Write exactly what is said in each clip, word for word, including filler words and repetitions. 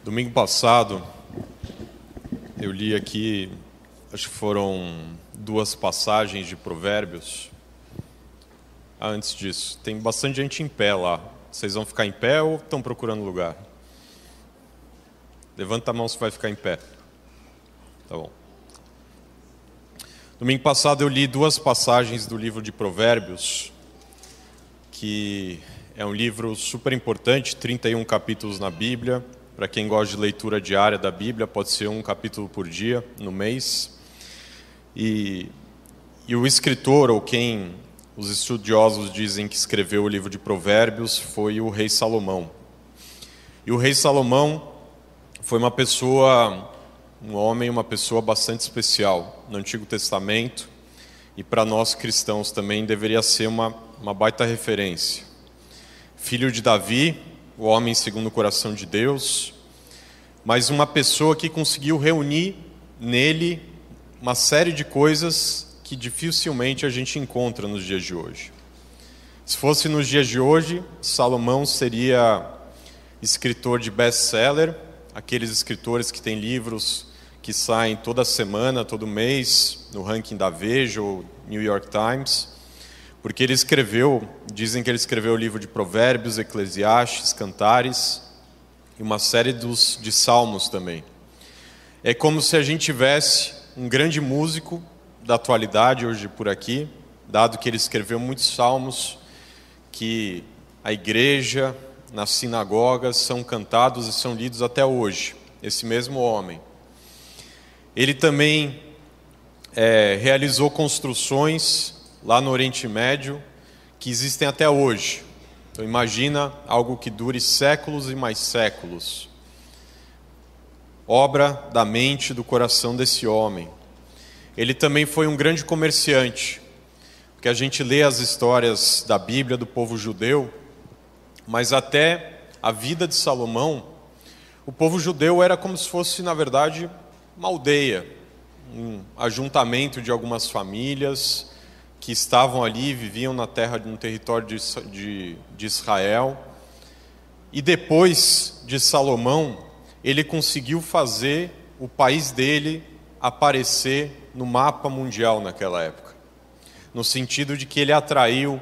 Domingo passado, eu li aqui, acho que foram duas passagens de Provérbios. Ah, antes disso, tem bastante gente em pé lá. Vocês vão ficar em pé ou estão procurando lugar? Levanta a mão se vai ficar em pé. Tá bom. Domingo passado eu li duas passagens do livro de Provérbios, que é um livro super importante, trinta e um capítulos na Bíblia. Para quem gosta de leitura diária da Bíblia, pode ser um capítulo por dia, no mês. E, e o escritor, ou quem os estudiosos dizem que escreveu o livro de Provérbios, foi o rei Salomão. E o rei Salomão foi uma pessoa, um homem, uma pessoa bastante especial no Antigo Testamento. E para nós cristãos também deveria ser uma, uma baita referência. Filho de Davi, o homem segundo o coração de Deus, mas uma pessoa que conseguiu reunir nele uma série de coisas que dificilmente a gente encontra nos dias de hoje. Se fosse nos dias de hoje, Salomão seria escritor de best-seller, aqueles escritores que têm livros que saem toda semana, todo mês, no ranking da Veja ou New York Times, porque ele escreveu, dizem que ele escreveu o livro de Provérbios, Eclesiastes, Cantares e uma série dos, de salmos também. É como se a gente tivesse um grande músico da atualidade hoje por aqui, dado que ele escreveu muitos salmos que a igreja, nas sinagogas, são cantados e são lidos até hoje, esse mesmo homem. Ele também é, realizou construções lá no Oriente Médio, que existem até hoje. Então imagina algo que dure séculos e mais séculos. Obra da mente, do coração desse homem. Ele também foi um grande comerciante, porque a gente lê as histórias da Bíblia do povo judeu, mas até a vida de Salomão, o povo judeu era como se fosse, na verdade, uma aldeia, um ajuntamento de algumas famílias que estavam ali, viviam na terra, no território de, de, de Israel. E depois de Salomão, ele conseguiu fazer o país dele aparecer no mapa mundial naquela época. No sentido de que ele atraiu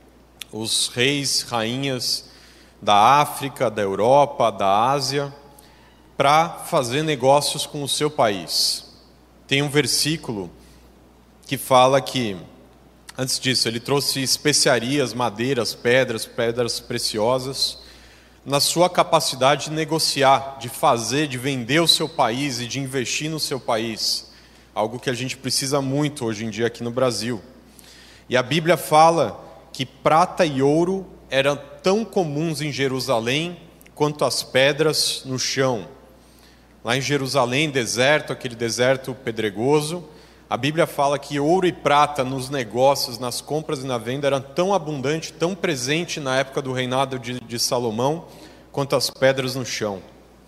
os reis, rainhas da África, da Europa, da Ásia, para fazer negócios com o seu país. Tem um versículo que fala que, antes disso, ele trouxe especiarias, madeiras, pedras, pedras preciosas, na sua capacidade de negociar, de fazer, de vender o seu país e de investir no seu país. Algo que a gente precisa muito hoje em dia aqui no Brasil. E a Bíblia fala que prata e ouro eram tão comuns em Jerusalém quanto as pedras no chão. Lá em Jerusalém, deserto, aquele deserto pedregoso, a Bíblia fala que ouro e prata nos negócios, nas compras e na venda eram tão abundante, tão presente na época do reinado de, de Salomão, quanto as pedras no chão.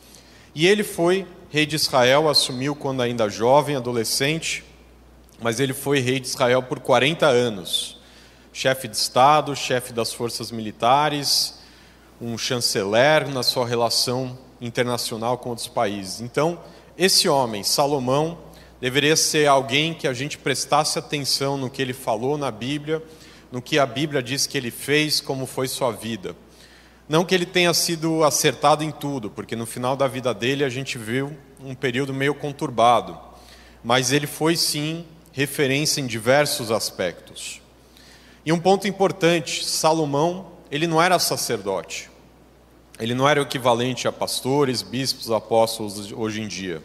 E ele foi rei de Israel, assumiu quando ainda jovem, adolescente, mas ele foi rei de Israel por quarenta anos. Chefe de Estado, chefe das forças militares, um chanceler na sua relação internacional com outros países. Então, esse homem, Salomão, deveria ser alguém que a gente prestasse atenção no que ele falou na Bíblia, no que a Bíblia diz que ele fez, como foi sua vida. Não que ele tenha sido acertado em tudo, porque no final da vida dele a gente viu um período meio conturbado, mas ele foi sim referência em diversos aspectos. E um ponto importante, Salomão, ele não era sacerdote, ele não era o equivalente a pastores, bispos, apóstolos hoje em dia,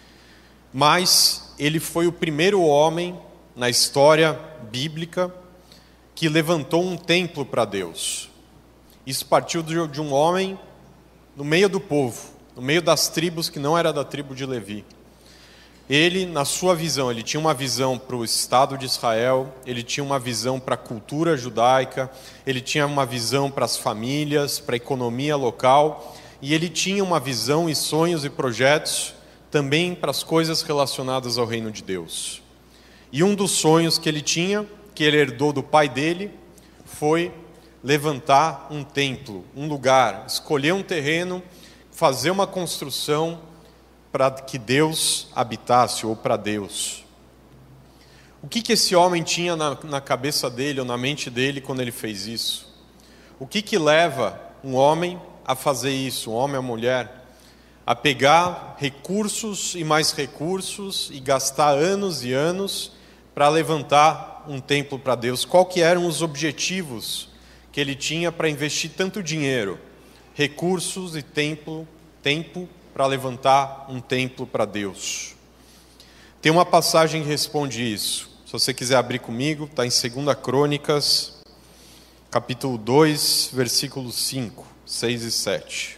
mas ele foi o primeiro homem na história bíblica que levantou um templo para Deus. Isso partiu de um homem no meio do povo, no meio das tribos que não era da tribo de Levi. Ele, na sua visão, ele tinha uma visão para o Estado de Israel, ele tinha uma visão para a cultura judaica, ele tinha uma visão para as famílias, para a economia local, e ele tinha uma visão e sonhos e projetos também para as coisas relacionadas ao reino de Deus. E um dos sonhos que ele tinha, que ele herdou do pai dele, foi levantar um templo, um lugar, escolher um terreno fazer uma construção para que Deus habitasse, ou para Deus. O que, que esse homem tinha na, na cabeça dele, ou na mente dele, quando ele fez isso? O que, que leva um homem a fazer isso, um homem ou mulher, a pegar recursos e mais recursos e gastar anos e anos para levantar um templo para Deus? Qual que eram os objetivos que ele tinha para investir tanto dinheiro, recursos e tempo, tempo para levantar um templo para Deus? Tem uma passagem que responde isso. Se você quiser abrir comigo, está em Segunda Crônicas, capítulo dois, versículos cinco, seis e sete.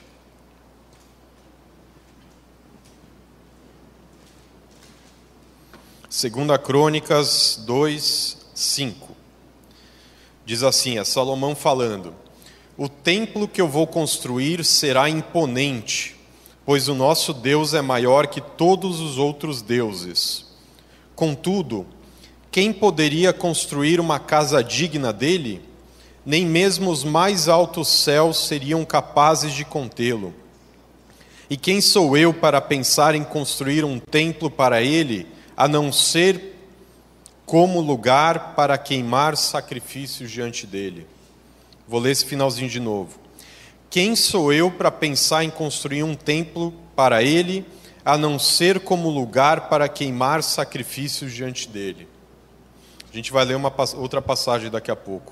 Segunda Crônicas dois, cinco. Diz assim, é Salomão falando: o templo que eu vou construir será imponente, pois o nosso Deus é maior que todos os outros deuses. Contudo, quem poderia construir uma casa digna dele? Nem mesmo os mais altos céus seriam capazes de contê-lo. E quem sou eu para pensar em construir um templo para ele, a não ser como lugar para queimar sacrifícios diante dele? Vou ler esse finalzinho de novo. Quem sou eu para pensar em construir um templo para ele, a não ser como lugar para queimar sacrifícios diante dele? A gente vai ler uma outra passagem daqui a pouco.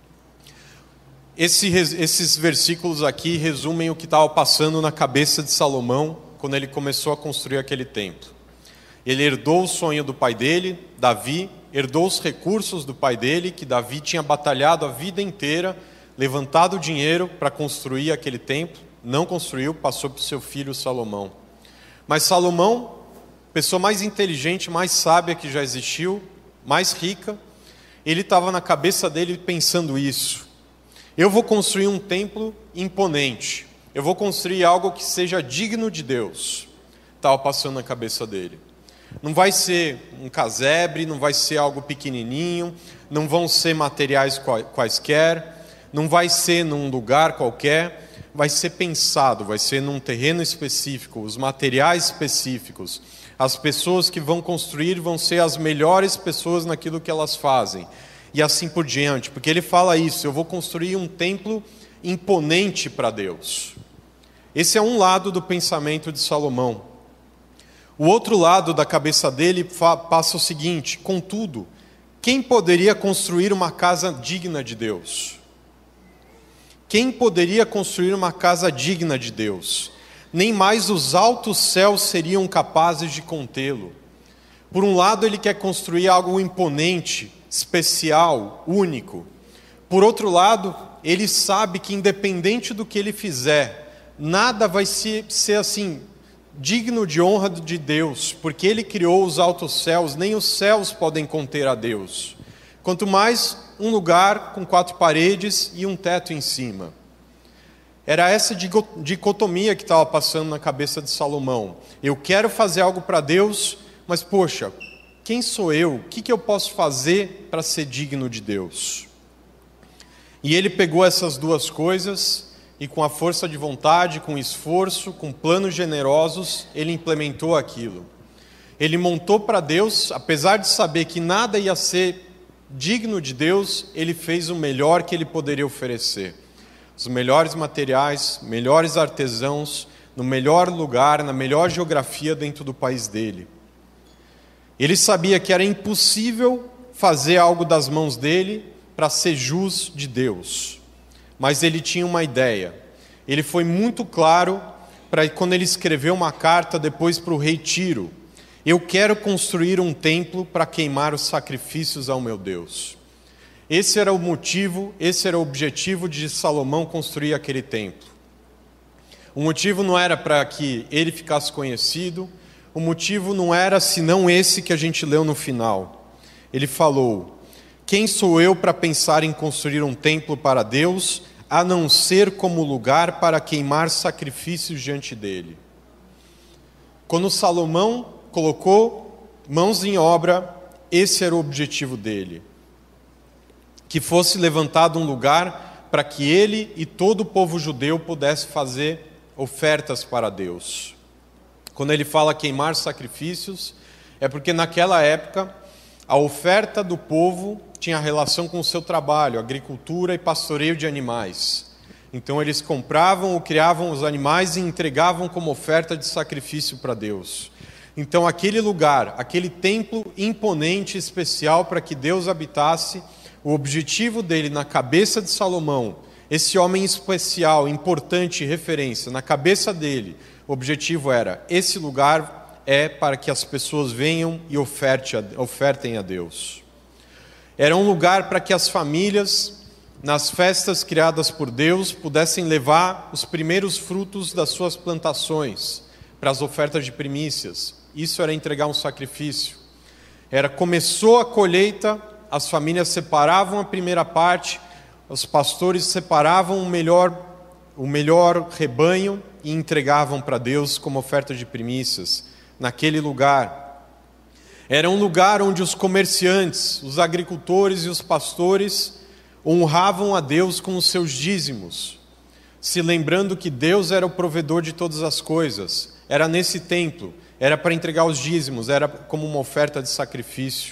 Esse, esses versículos aqui resumem o que estava passando na cabeça de Salomão quando ele começou a construir aquele templo. Ele herdou o sonho do pai dele, Davi, herdou os recursos do pai dele, que Davi tinha batalhado a vida inteira, levantado dinheiro para construir aquele templo, não construiu, passou para o seu filho Salomão. Mas Salomão, pessoa mais inteligente, mais sábia que já existiu, mais rica, ele estava na cabeça dele pensando isso. Eu vou construir um templo imponente, eu vou construir algo que seja digno de Deus. Estava passando na cabeça dele. Não vai ser um casebre, não vai ser algo pequenininho, não vão ser materiais quaisquer, não vai ser num lugar qualquer, vai ser pensado, vai ser num terreno específico, os materiais específicos. As pessoas que vão construir vão ser as melhores pessoas naquilo que elas fazem. E assim por diante, porque ele fala isso, eu vou construir um templo imponente para Deus. Esse é um lado do pensamento de Salomão. O outro lado da cabeça dele passa o seguinte: contudo, quem poderia construir uma casa digna de Deus? Quem poderia construir uma casa digna de Deus? Nem mais os altos céus seriam capazes de contê-lo. Por um lado, ele quer construir algo imponente, especial, único. Por outro lado, ele sabe que independente do que ele fizer, nada vai ser, ser assim, digno de honra de Deus, porque ele criou os altos céus, nem os céus podem conter a Deus. Quanto mais um lugar com quatro paredes e um teto em cima. Era essa dicotomia que estava passando na cabeça de Salomão. Eu quero fazer algo para Deus, mas poxa, quem sou eu? O que, que eu posso fazer para ser digno de Deus? E ele pegou essas duas coisas e com a força de vontade, com esforço, com planos generosos, ele implementou aquilo. Ele montou para Deus, apesar de saber que nada ia ser digno de Deus, ele fez o melhor que ele poderia oferecer. Os melhores materiais, melhores artesãos, no melhor lugar, na melhor geografia dentro do país dele. Ele sabia que era impossível fazer algo das mãos dele para ser jus de Deus. Mas ele tinha uma ideia. Ele foi muito claro para quando ele escreveu uma carta depois para o rei Tiro. Eu quero construir um templo para queimar os sacrifícios ao meu Deus. Esse era o motivo, esse era o objetivo de Salomão construir aquele templo. O motivo não era para que ele ficasse conhecido, o motivo não era senão esse que a gente leu no final. Ele falou: quem sou eu para pensar em construir um templo para Deus, a não ser como lugar para queimar sacrifícios diante dele? Quando Salomão colocou mãos em obra, esse era o objetivo dele. Que fosse levantado um lugar para que ele e todo o povo judeu pudesse fazer ofertas para Deus. Quando ele fala queimar sacrifícios, é porque naquela época a oferta do povo tinha relação com o seu trabalho, agricultura e pastoreio de animais. Então eles compravam ou criavam os animais e entregavam como oferta de sacrifício para Deus. Então aquele lugar, aquele templo imponente, especial para que Deus habitasse, o objetivo dele na cabeça de Salomão, esse homem especial, importante, referência, na cabeça dele, o objetivo era, esse lugar é para que as pessoas venham e ofertem a Deus. Era um lugar para que as famílias, nas festas criadas por Deus, pudessem levar os primeiros frutos das suas plantações para as ofertas de primícias. Isso era entregar um sacrifício. Era, começou a colheita, as famílias separavam a primeira parte, os pastores separavam o melhor, o melhor rebanho e entregavam para Deus como oferta de primícias, naquele lugar. Era um lugar onde os comerciantes, os agricultores e os pastores honravam a Deus com os seus dízimos, se lembrando que Deus era o provedor de todas as coisas. Era nesse templo, era para entregar os dízimos, era como uma oferta de sacrifício.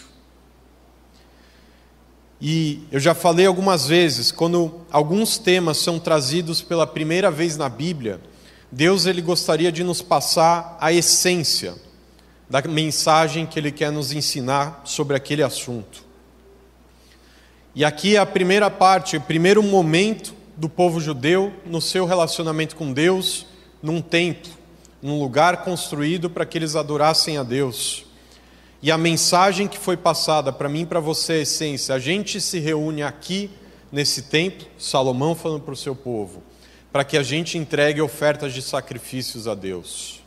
E eu já falei algumas vezes, quando alguns temas são trazidos pela primeira vez na Bíblia, Deus ele gostaria de nos passar a essência da mensagem que Ele quer nos ensinar sobre aquele assunto. E aqui é a primeira parte, o primeiro momento do povo judeu no seu relacionamento com Deus, num templo, num lugar construído para que eles adorassem a Deus. E a mensagem que foi passada para mim e para você é a essência. A gente se reúne aqui nesse templo, Salomão falando para o seu povo, para que a gente entregue ofertas de sacrifícios a Deus.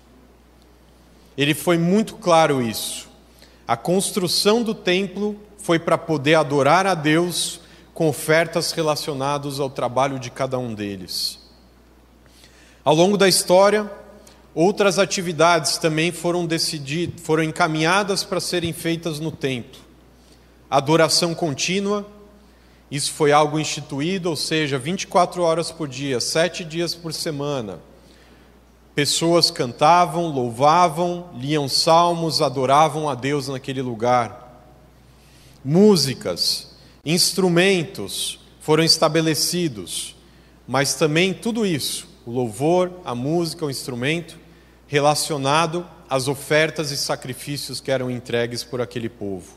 Ele foi muito claro isso. A construção do templo foi para poder adorar a Deus com ofertas relacionadas ao trabalho de cada um deles. Ao longo da história, outras atividades também foram decididas, foram encaminhadas para serem feitas no templo. Adoração contínua, isso foi algo instituído, ou seja, vinte e quatro horas por dia, sete dias por semana. Pessoas cantavam, louvavam, liam salmos, adoravam a Deus naquele lugar. Músicas, instrumentos foram estabelecidos, mas também tudo isso, o louvor, a música, o instrumento, relacionado às ofertas e sacrifícios que eram entregues por aquele povo.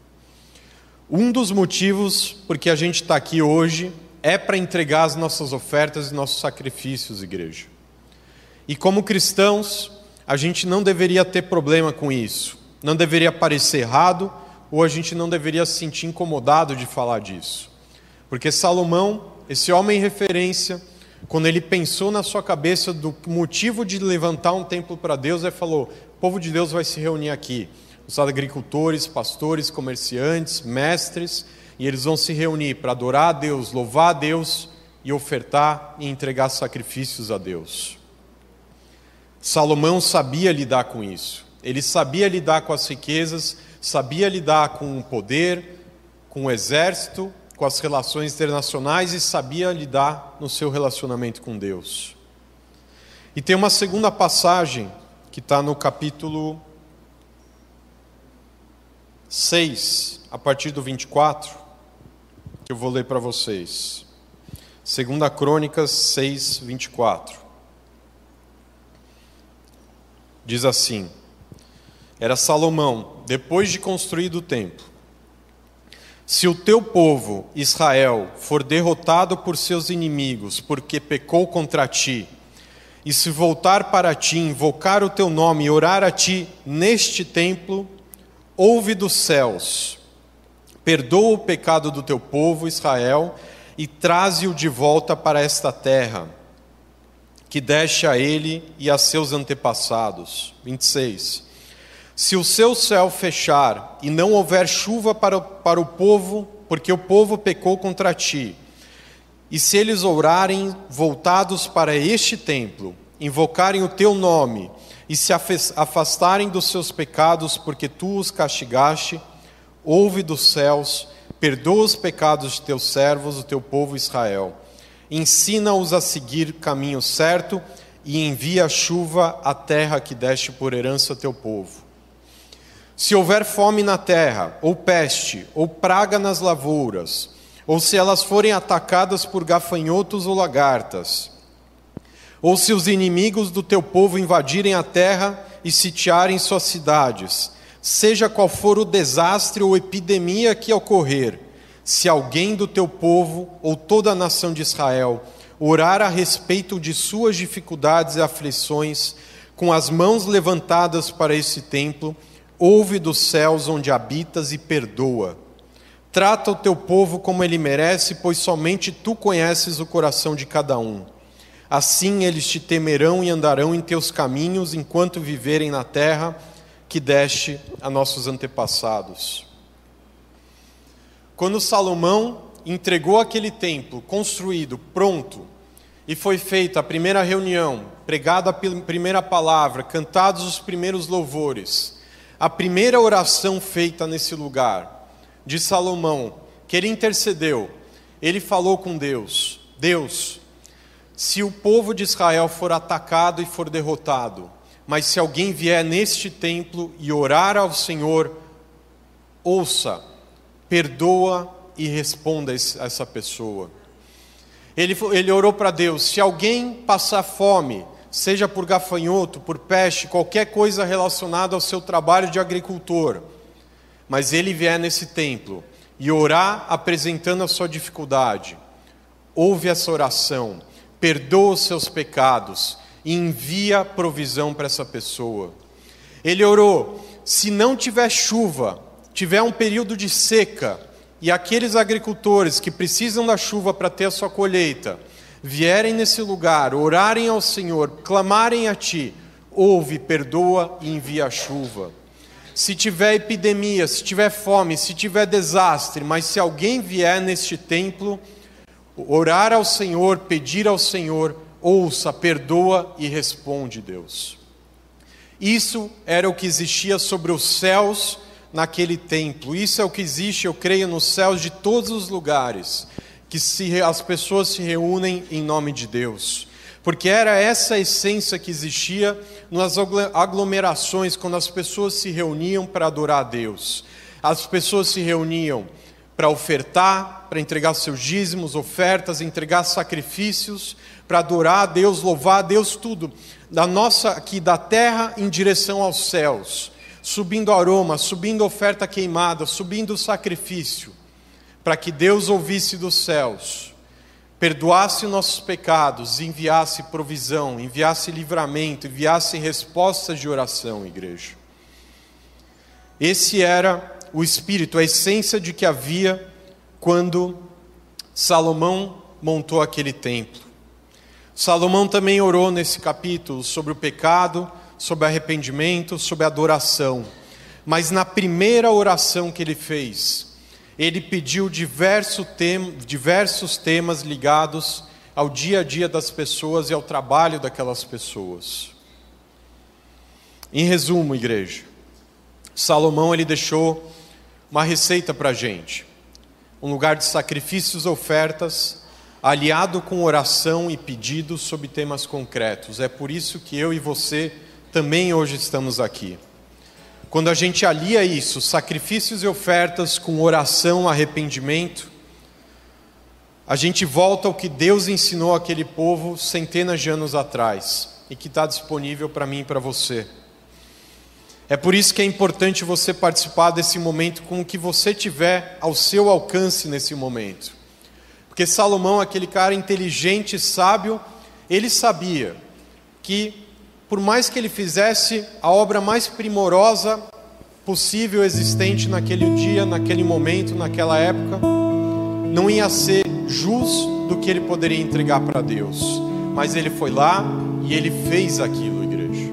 Um dos motivos por que a gente está aqui hoje é para entregar as nossas ofertas e nossos sacrifícios, igreja. E como cristãos, a gente não deveria ter problema com isso. Não deveria parecer errado, ou a gente não deveria se sentir incomodado de falar disso. Porque Salomão, esse homem referência, quando ele pensou na sua cabeça do motivo de levantar um templo para Deus, ele falou, o povo de Deus vai se reunir aqui. Os agricultores, pastores, comerciantes, mestres, e eles vão se reunir para adorar a Deus, louvar a Deus e ofertar e entregar sacrifícios a Deus. Salomão sabia lidar com isso. Ele sabia lidar com as riquezas, sabia lidar com o poder, com o exército, com as relações internacionais e sabia lidar no seu relacionamento com Deus. E tem uma segunda passagem que está no capítulo seis, a partir do vinte e quatro, que eu vou ler para vocês. Segunda Crônicas seis, vinte e quatro. Diz assim, era Salomão, depois de construído o templo, se o teu povo, Israel, for derrotado por seus inimigos, porque pecou contra ti, e se voltar para ti, invocar o teu nome e orar a ti neste templo, ouve dos céus, perdoa o pecado do teu povo, Israel, e traze-o de volta para esta terra, que deste a ele e a seus antepassados. vinte e seis. Se o seu céu fechar e não houver chuva para, para o povo, porque o povo pecou contra ti, e se eles orarem voltados para este templo, invocarem o teu nome, e se afastarem dos seus pecados, porque tu os castigaste, ouve dos céus, perdoa os pecados de teus servos, o teu povo Israel. Ensina-os a seguir caminho certo e envia chuva à terra que deste por herança a teu povo. Se houver fome na terra, ou peste, ou praga nas lavouras, ou se elas forem atacadas por gafanhotos ou lagartas, ou se os inimigos do teu povo invadirem a terra e sitiarem suas cidades, seja qual for o desastre ou epidemia que ocorrer, se alguém do teu povo ou toda a nação de Israel orar a respeito de suas dificuldades e aflições, com as mãos levantadas para esse templo, ouve dos céus onde habitas e perdoa. Trata o teu povo como ele merece, pois somente tu conheces o coração de cada um. Assim eles te temerão e andarão em teus caminhos enquanto viverem na terra que deste a nossos antepassados. Quando Salomão entregou aquele templo construído, pronto, e foi feita a primeira reunião, pregada a primeira palavra, cantados os primeiros louvores, a primeira oração feita nesse lugar, de Salomão, que ele intercedeu, ele falou com Deus: Deus, se o povo de Israel for atacado e for derrotado, mas se alguém vier neste templo e orar ao Senhor, ouça, perdoa e responda a essa pessoa. Ele, ele orou para Deus: se alguém passar fome, seja por gafanhoto, por peste, qualquer coisa relacionada ao seu trabalho de agricultor, mas ele vier nesse templo e orar apresentando a sua dificuldade, ouve essa oração, perdoa os seus pecados e envia provisão para essa pessoa. Ele orou: se não tiver chuva, tiver um período de seca, e aqueles agricultores que precisam da chuva para ter a sua colheita, vierem nesse lugar, orarem ao Senhor, clamarem a Ti, ouve, perdoa e envia a chuva. Se tiver epidemia, se tiver fome, se tiver desastre, mas se alguém vier neste templo, orar ao Senhor, pedir ao Senhor, ouça, perdoa e responde, Deus. Isso era o que existia sobre os céus naquele templo. Isso é o que existe, eu creio, nos céus de todos os lugares, que se, as pessoas se reúnem em nome de Deus. Porque era essa a essência que existia nas aglomerações, quando as pessoas se reuniam para adorar a Deus. As pessoas se reuniam para ofertar, para entregar seus dízimos, ofertas, entregar sacrifícios, para adorar a Deus, louvar a Deus, tudo. Da nossa, aqui da terra em direção aos céus, subindo aroma, subindo oferta queimada, subindo o sacrifício, para que Deus ouvisse dos céus, perdoasse nossos pecados, enviasse provisão, enviasse livramento, enviasse respostas de oração, igreja. Esse era o espírito, a essência de que havia quando Salomão montou aquele templo. Salomão também orou nesse capítulo sobre o pecado, sobre arrependimento, sobre adoração. Mas na primeira oração que ele fez, ele pediu diversos temas, diversos temas ligados ao dia a dia das pessoas e ao trabalho daquelas pessoas. Em resumo, igreja, Salomão ele deixou uma receita para a gente. Um lugar de sacrifícios e ofertas, aliado com oração e pedidos sobre temas concretos. É por isso que eu e você também hoje estamos aqui. Quando a gente alia isso, sacrifícios e ofertas com oração, arrependimento, a gente volta ao que Deus ensinou àquele povo centenas de anos atrás e que está disponível para mim e para você. É por isso que é importante você participar desse momento com o que você tiver ao seu alcance nesse momento. Porque Salomão, aquele cara inteligente e sábio, ele sabia que por mais que ele fizesse a obra mais primorosa possível existente naquele dia, naquele momento, naquela época, não ia ser jus do que ele poderia entregar para Deus. Mas ele foi lá e ele fez aquilo, igreja.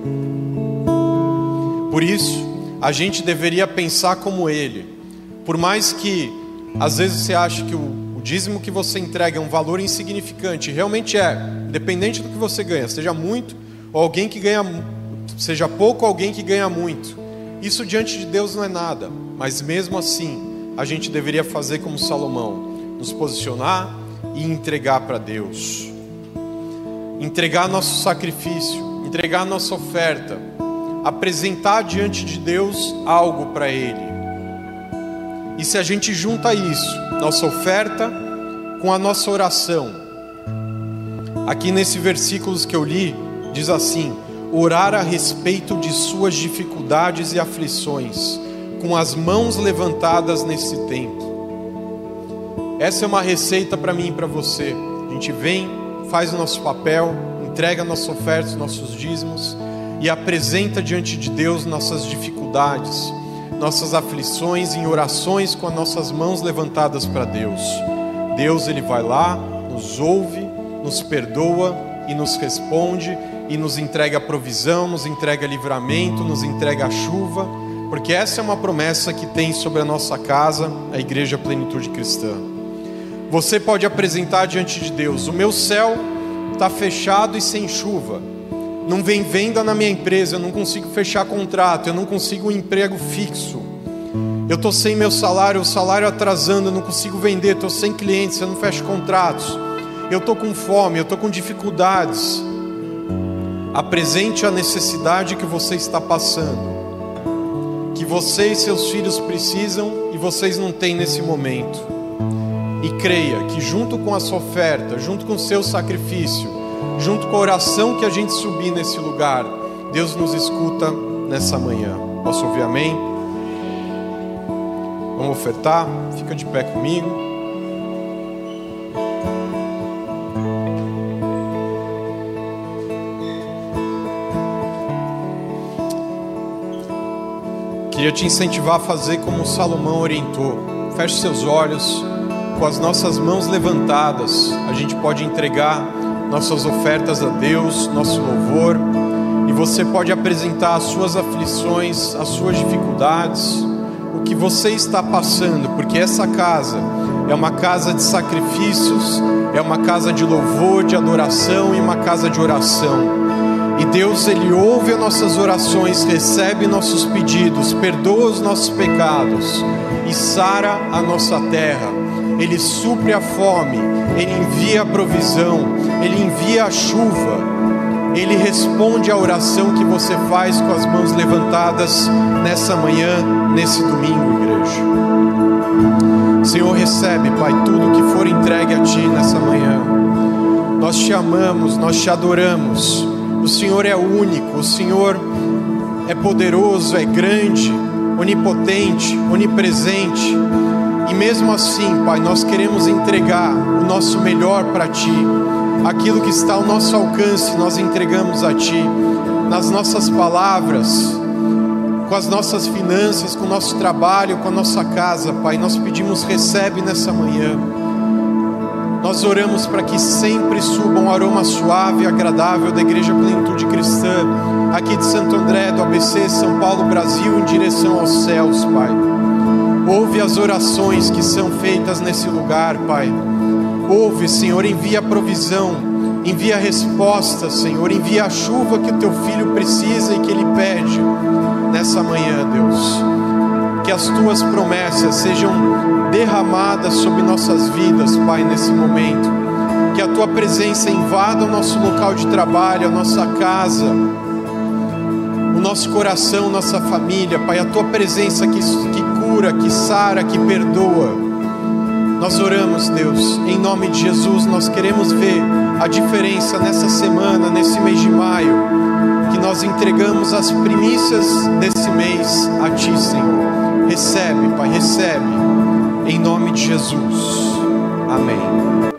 Por isso, a gente deveria pensar como ele. Por mais que às vezes você ache que o, o dízimo que você entrega é um valor insignificante, realmente é, independente do que você ganha, seja muito ou alguém que ganha, seja pouco, alguém que ganha muito. Isso diante de Deus não é nada, mas mesmo assim, a gente deveria fazer como Salomão, nos posicionar e entregar para Deus. entregar nosso sacrifício, entregar nossa oferta, apresentar diante de Deus algo para Ele. E se a gente junta isso, nossa oferta, com a nossa oração, aqui nesse versículos que eu li, diz assim: orar a respeito de suas dificuldades e aflições, com as mãos levantadas nesse tempo. Essa é uma receita para mim e para você. A gente vem, faz o nosso papel, entrega a nossa oferta, os nossos dízimos e apresenta diante de Deus nossas dificuldades, nossas aflições em orações com as nossas mãos levantadas para Deus. Deus, Ele vai lá, nos ouve, nos perdoa e nos responde e nos entrega a provisão, nos entrega livramento, nos entrega a chuva, porque essa é uma promessa que tem sobre a nossa casa, a Igreja Plenitude Cristã. Você pode apresentar diante de Deus: o meu céu está fechado e sem chuva, não vem venda na minha empresa, eu não consigo fechar contrato, eu não consigo um emprego fixo, eu estou sem meu salário, o salário atrasando, eu não consigo vender, estou sem clientes, eu não fecho contratos, eu estou com fome, eu estou com dificuldades. Apresente a necessidade que você está passando, que você e seus filhos precisam e vocês não têm nesse momento. E creia que junto com a sua oferta, junto com o seu sacrifício, junto com a oração que a gente subir nesse lugar, Deus nos escuta nessa manhã. Posso ouvir amém? Vamos ofertar? Fica de pé comigo. Queria te incentivar a fazer como Salomão orientou. Feche seus olhos. Com as nossas mãos levantadas, a gente pode entregar nossas ofertas a Deus, nosso louvor, e você pode apresentar as suas aflições, as suas dificuldades, o que você está passando, porque essa casa é uma casa de sacrifícios, é uma casa de louvor, de adoração e uma casa de oração. E Deus, Ele ouve as nossas orações, recebe nossos pedidos, perdoa os nossos pecados e sara a nossa terra. Ele supre a fome, Ele envia a provisão, Ele envia a chuva, Ele responde à oração que você faz com as mãos levantadas nessa manhã, nesse domingo, igreja. Senhor, recebe, Pai, tudo que for entregue a Ti nessa manhã. Nós Te amamos, nós Te adoramos. O Senhor é único, o Senhor é poderoso, é grande, onipotente, onipresente. E mesmo assim, Pai, nós queremos entregar o nosso melhor para Ti. Aquilo que está ao nosso alcance, nós entregamos a Ti. Nas nossas palavras, com as nossas finanças, com o nosso trabalho, com a nossa casa, Pai, nós pedimos, recebe nessa manhã. Nós oramos para que sempre suba um aroma suave e agradável da Igreja Plenitude Cristã, aqui de Santo André, do A B C, São Paulo, Brasil, em direção aos céus, Pai. Ouve as orações que são feitas nesse lugar, Pai. Ouve, Senhor, envia a provisão, envia a resposta, Senhor, envia a chuva que o Teu Filho precisa e que Ele pede nessa manhã, Deus. Que as Tuas promessas sejam derramadas sobre nossas vidas, Pai, nesse momento. Que a Tua presença invada o nosso local de trabalho, a nossa casa, o nosso coração, nossa família, Pai. A Tua presença que, que cura, que sara, que perdoa. Nós oramos, Deus, em nome de Jesus. Nós queremos ver a diferença nessa semana, nesse mês de maio, que nós entregamos as primícias desse mês a Ti, Senhor. Recebe, Pai, recebe, em nome de Jesus. Amém.